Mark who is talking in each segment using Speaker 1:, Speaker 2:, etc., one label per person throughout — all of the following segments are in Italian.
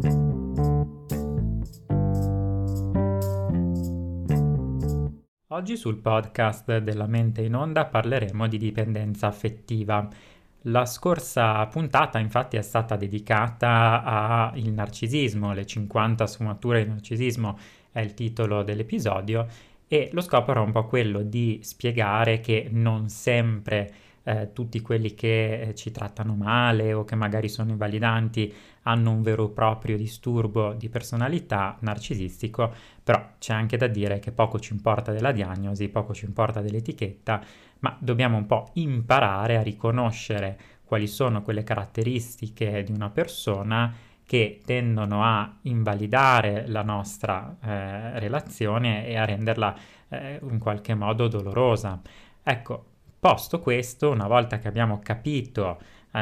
Speaker 1: Oggi sul podcast della Mente in Onda parleremo di dipendenza affettiva. La scorsa puntata infatti è stata dedicata al narcisismo, le 50 sfumature di narcisismo è il titolo dell'episodio e lo scopo era un po' quello di spiegare che non sempre tutti quelli che ci trattano male o che magari sono invalidanti hanno un vero e proprio disturbo di personalità narcisistico, però c'è anche da dire che poco ci importa della diagnosi, poco ci importa dell'etichetta, ma dobbiamo un po' imparare a riconoscere quali sono quelle caratteristiche di una persona che tendono a invalidare la nostra relazione e a renderla in qualche modo dolorosa. Ecco, posto questo, una volta che abbiamo capito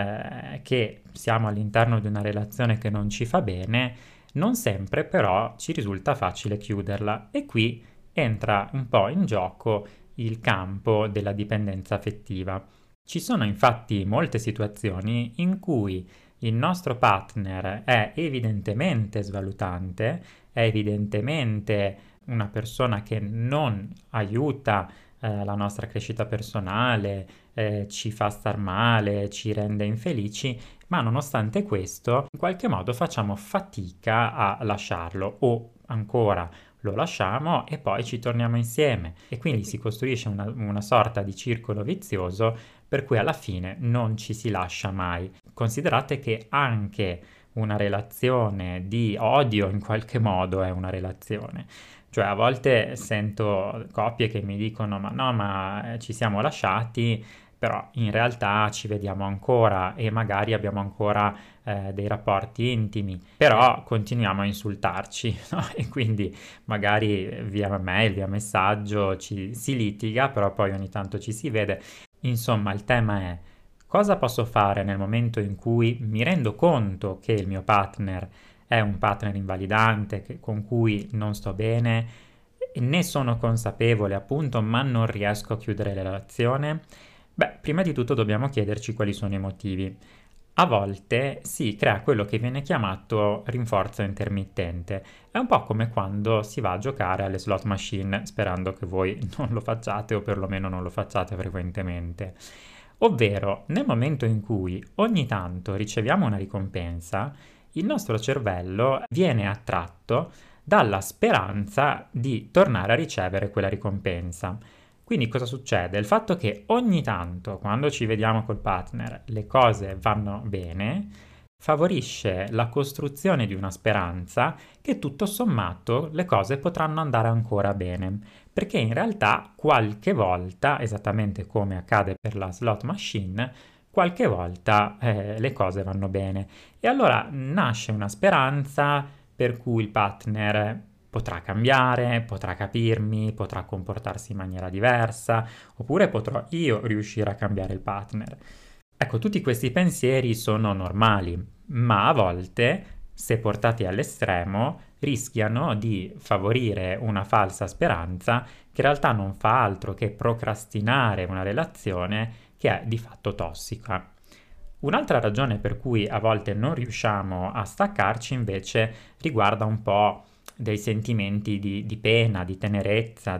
Speaker 1: che siamo all'interno di una relazione che non ci fa bene, non sempre però ci risulta facile chiuderla e qui entra un po' in gioco il campo della dipendenza affettiva. Ci sono infatti molte situazioni in cui il nostro partner è evidentemente svalutante, è evidentemente una persona che non aiuta la nostra crescita personale, ci fa star male, ci rende infelici, ma nonostante questo in qualche modo facciamo fatica a lasciarlo o ancora lo lasciamo e poi ci torniamo insieme e quindi si costruisce una sorta di circolo vizioso per cui alla fine non ci si lascia mai. Considerate che anche una relazione di odio in qualche modo è una relazione. Cioè a volte sento coppie che mi dicono ma no, ma ci siamo lasciati, però in realtà ci vediamo ancora e magari abbiamo ancora dei rapporti intimi, però continuiamo a insultarci, no? E quindi magari via mail, via messaggio si litiga, però poi ogni tanto ci si vede. Insomma, il tema è: cosa posso fare nel momento in cui mi rendo conto che il mio partner è un partner invalidante con cui non sto bene, e ne sono consapevole appunto, ma non riesco a chiudere la relazione? Beh, prima di tutto dobbiamo chiederci quali sono i motivi. A volte si crea quello che viene chiamato rinforzo intermittente. È un po' come quando si va a giocare alle slot machine, sperando che voi non lo facciate o perlomeno non lo facciate frequentemente. Ovvero, nel momento in cui ogni tanto riceviamo una ricompensa, il nostro cervello viene attratto dalla speranza di tornare a ricevere quella ricompensa. Quindi cosa succede? Il fatto che ogni tanto, quando ci vediamo col partner, le cose vanno bene, favorisce la costruzione di una speranza che tutto sommato le cose potranno andare ancora bene, perché in realtà qualche volta, esattamente come accade per la slot machine, qualche volta le cose vanno bene e allora nasce una speranza per cui il partner potrà cambiare, potrà capirmi, potrà comportarsi in maniera diversa, oppure potrò io riuscire a cambiare il partner. Ecco, tutti questi pensieri sono normali, ma a volte, se portati all'estremo, rischiano di favorire una falsa speranza che in realtà non fa altro che procrastinare una relazione che è di fatto tossica. Un'altra ragione per cui a volte non riusciamo a staccarci invece riguarda un po' dei sentimenti di pena, di tenerezza,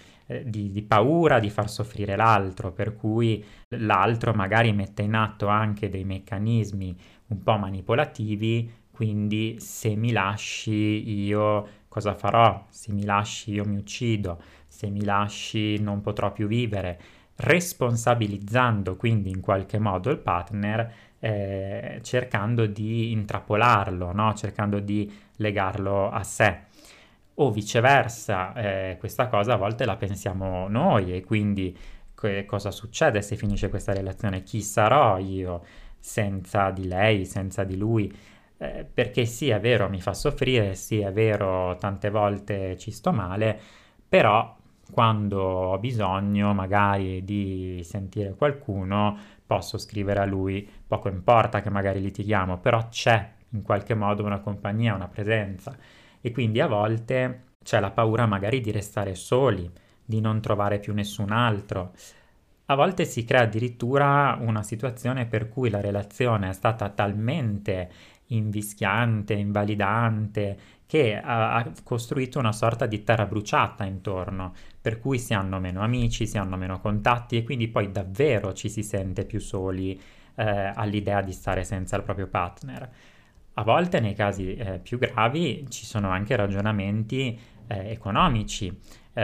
Speaker 1: di paura di far soffrire l'altro, per cui l'altro magari mette in atto anche dei meccanismi un po' manipolativi, quindi se mi lasci io cosa farò? Se mi lasci io mi uccido, se mi lasci non potrò più vivere, responsabilizzando quindi in qualche modo il partner, cercando di intrappolarlo, no? Cercando di legarlo a sé. O viceversa, questa cosa a volte la pensiamo noi e quindi cosa succede se finisce questa relazione? Chi sarò io senza di lei, senza di lui? Perché sì, è vero, mi fa soffrire, sì, è vero, tante volte ci sto male, però quando ho bisogno magari di sentire qualcuno posso scrivere a lui, poco importa che magari litighiamo, però c'è in qualche modo una compagnia, una presenza e quindi a volte c'è la paura magari di restare soli, di non trovare più nessun altro. A volte si crea addirittura una situazione per cui la relazione è stata talmente invischiante, invalidante, che ha costruito una sorta di terra bruciata intorno, per cui si hanno meno amici, si hanno meno contatti e quindi poi davvero ci si sente più soli all'idea di stare senza il proprio partner. A volte nei casi più gravi ci sono anche ragionamenti economici,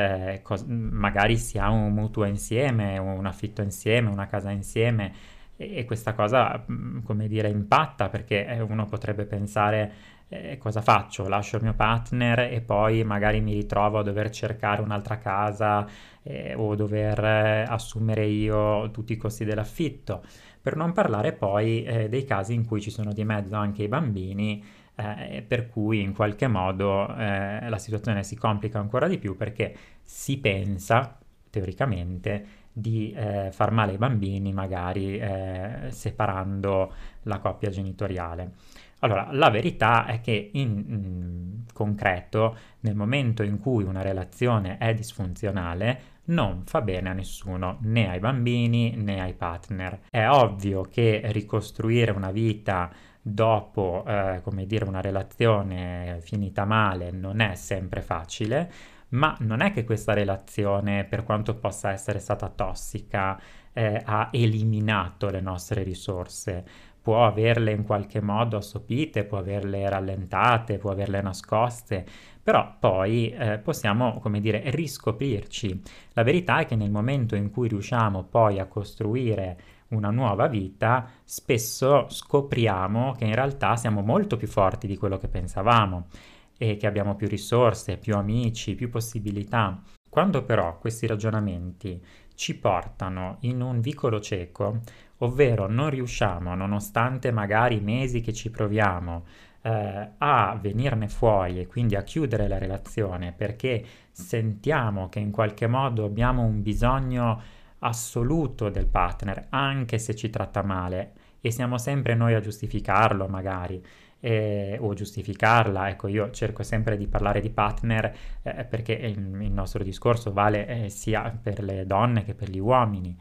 Speaker 1: magari si ha un mutuo insieme, un affitto insieme, una casa insieme e questa cosa, come dire, impatta perché uno potrebbe pensare cosa faccio? Lascio il mio partner e poi magari mi ritrovo a dover cercare un'altra casa o dover assumere io tutti i costi dell'affitto. Per non parlare poi dei casi in cui ci sono di mezzo anche i bambini, per cui in qualche modo la situazione si complica ancora di più perché si pensa, teoricamente, di far male ai bambini, magari separando la coppia genitoriale. Allora, la verità è che in concreto, nel momento in cui una relazione è disfunzionale, non fa bene a nessuno, né ai bambini né ai partner. È ovvio che ricostruire una vita dopo, come dire, una relazione finita male non è sempre facile, ma non è che questa relazione, per quanto possa essere stata tossica, ha eliminato le nostre risorse. Può averle in qualche modo assopite, può averle rallentate, può averle nascoste, però poi possiamo, come dire, riscoprirci. La verità è che nel momento in cui riusciamo poi a costruire una nuova vita, spesso scopriamo che in realtà siamo molto più forti di quello che pensavamo e che abbiamo più risorse, più amici, più possibilità. Quando però questi ragionamenti ci portano in un vicolo cieco, ovvero non riusciamo, nonostante magari i mesi che ci proviamo, a venirne fuori e quindi a chiudere la relazione perché sentiamo che in qualche modo abbiamo un bisogno assoluto del partner, anche se ci tratta male, e siamo sempre noi a giustificarlo magari. O giustificarla, ecco, io cerco sempre di parlare di partner perché il nostro discorso vale sia per le donne che per gli uomini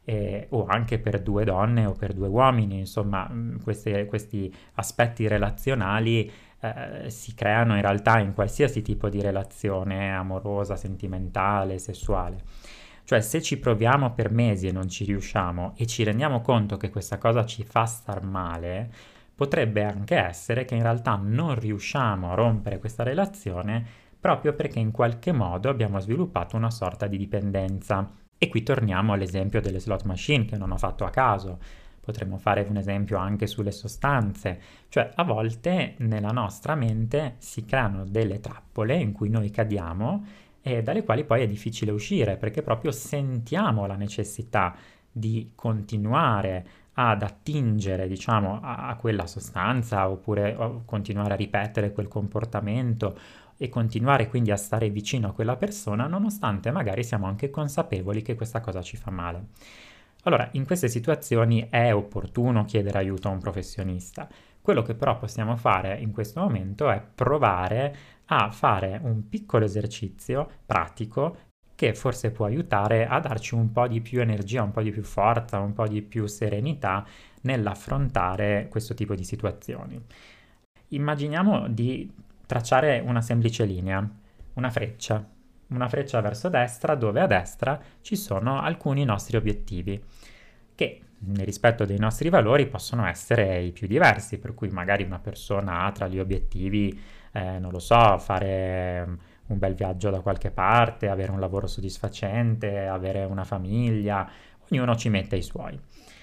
Speaker 1: o anche per due donne o per due uomini, insomma, questi aspetti relazionali si creano in realtà in qualsiasi tipo di relazione amorosa, sentimentale, sessuale. Cioè, se ci proviamo per mesi e non ci riusciamo e ci rendiamo conto che questa cosa ci fa star male, potrebbe anche essere che in realtà non riusciamo a rompere questa relazione proprio perché in qualche modo abbiamo sviluppato una sorta di dipendenza. E qui torniamo all'esempio delle slot machine che non ho fatto a caso. Potremmo fare un esempio anche sulle sostanze, cioè a volte nella nostra mente si creano delle trappole in cui noi cadiamo e dalle quali poi è difficile uscire perché proprio sentiamo la necessità di continuare ad attingere, diciamo, a quella sostanza oppure continuare a ripetere quel comportamento e continuare quindi a stare vicino a quella persona nonostante magari siamo anche consapevoli che questa cosa ci fa male. Allora, in queste situazioni è opportuno chiedere aiuto a un professionista. Quello che però possiamo fare in questo momento è provare a fare un piccolo esercizio pratico che forse può aiutare a darci un po' di più energia, un po' di più forza, un po' di più serenità nell'affrontare questo tipo di situazioni. Immaginiamo di tracciare una semplice linea, una freccia verso destra dove a destra ci sono alcuni nostri obiettivi che nel rispetto dei nostri valori possono essere i più diversi, per cui magari una persona ha tra gli obiettivi, non lo so, fare un bel viaggio da qualche parte, avere un lavoro soddisfacente, avere una famiglia, ognuno ci mette i suoi.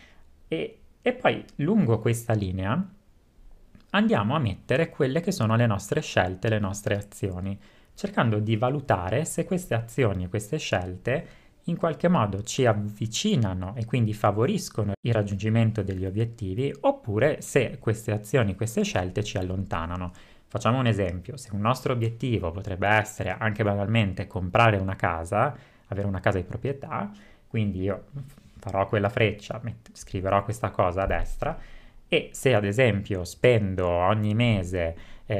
Speaker 1: E poi lungo questa linea andiamo a mettere quelle che sono le nostre scelte, le nostre azioni, cercando di valutare se queste azioni e queste scelte in qualche modo ci avvicinano e quindi favoriscono il raggiungimento degli obiettivi oppure se queste azioni, queste scelte ci allontanano. Facciamo un esempio, se un nostro obiettivo potrebbe essere anche banalmente comprare una casa, avere una casa di proprietà, quindi io farò quella freccia, scriverò questa cosa a destra e se ad esempio spendo ogni mese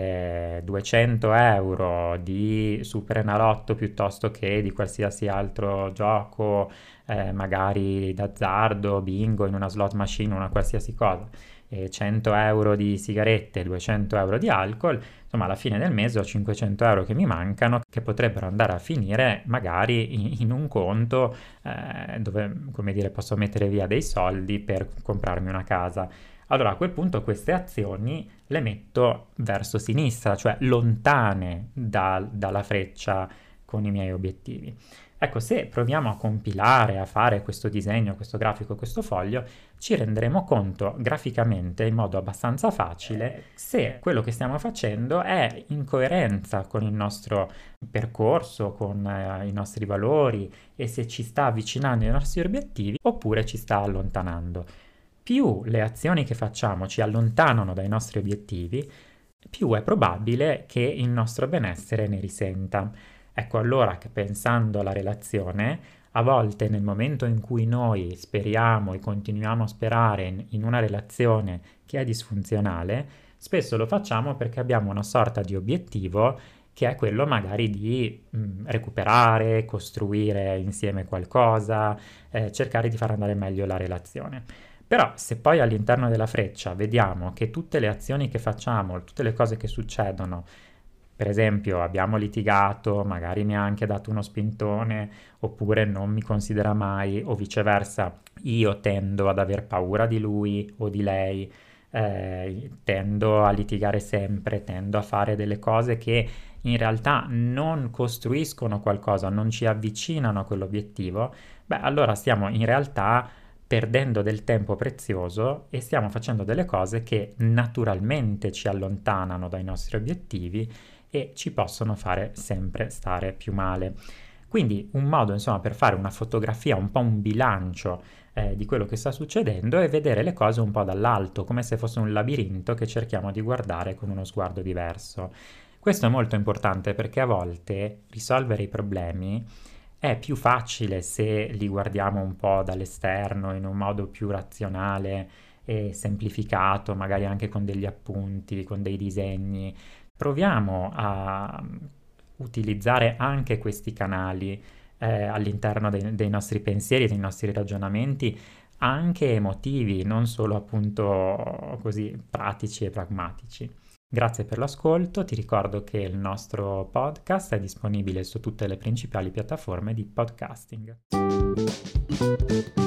Speaker 1: 200 euro di Superenalotto piuttosto che di qualsiasi altro gioco, magari d'azzardo, bingo, in una slot machine, una qualsiasi cosa, 100 euro di sigarette, 200 euro di alcol, insomma alla fine del mese ho 500 euro che mi mancano, che potrebbero andare a finire magari in un conto dove, come dire, posso mettere via dei soldi per comprarmi una casa. Allora a quel punto queste azioni le metto verso sinistra, cioè lontane dalla freccia con i miei obiettivi. Ecco, se proviamo a compilare, a fare questo disegno, questo grafico, questo foglio, ci renderemo conto graficamente, in modo abbastanza facile, se quello che stiamo facendo è in coerenza con il nostro percorso, con i nostri valori e se ci sta avvicinando ai nostri obiettivi oppure ci sta allontanando. Più le azioni che facciamo ci allontanano dai nostri obiettivi, più è probabile che il nostro benessere ne risenta. Ecco allora che pensando alla relazione, a volte nel momento in cui noi speriamo e continuiamo a sperare in una relazione che è disfunzionale, spesso lo facciamo perché abbiamo una sorta di obiettivo che è quello magari di recuperare, costruire insieme qualcosa, cercare di far andare meglio la relazione. Però se poi all'interno della freccia vediamo che tutte le azioni che facciamo, tutte le cose che succedono, per esempio abbiamo litigato, magari mi ha anche dato uno spintone, oppure non mi considera mai, o viceversa, io tendo ad aver paura di lui o di lei, tendo a litigare sempre, tendo a fare delle cose che in realtà non costruiscono qualcosa, non ci avvicinano a quell'obiettivo, beh allora stiamo in realtà perdendo del tempo prezioso e stiamo facendo delle cose che naturalmente ci allontanano dai nostri obiettivi e ci possono fare sempre stare più male. Quindi un modo, insomma, per fare una fotografia, un po' un bilancio di quello che sta succedendo è vedere le cose un po' dall'alto, come se fosse un labirinto che cerchiamo di guardare con uno sguardo diverso. Questo è molto importante perché a volte risolvere i problemi è più facile se li guardiamo un po' dall'esterno, in un modo più razionale e semplificato, magari anche con degli appunti, con dei disegni. Proviamo a utilizzare anche questi canali all'interno dei nostri pensieri, dei nostri ragionamenti, anche emotivi, non solo appunto così pratici e pragmatici. Grazie per l'ascolto, ti ricordo che il nostro podcast è disponibile su tutte le principali piattaforme di podcasting.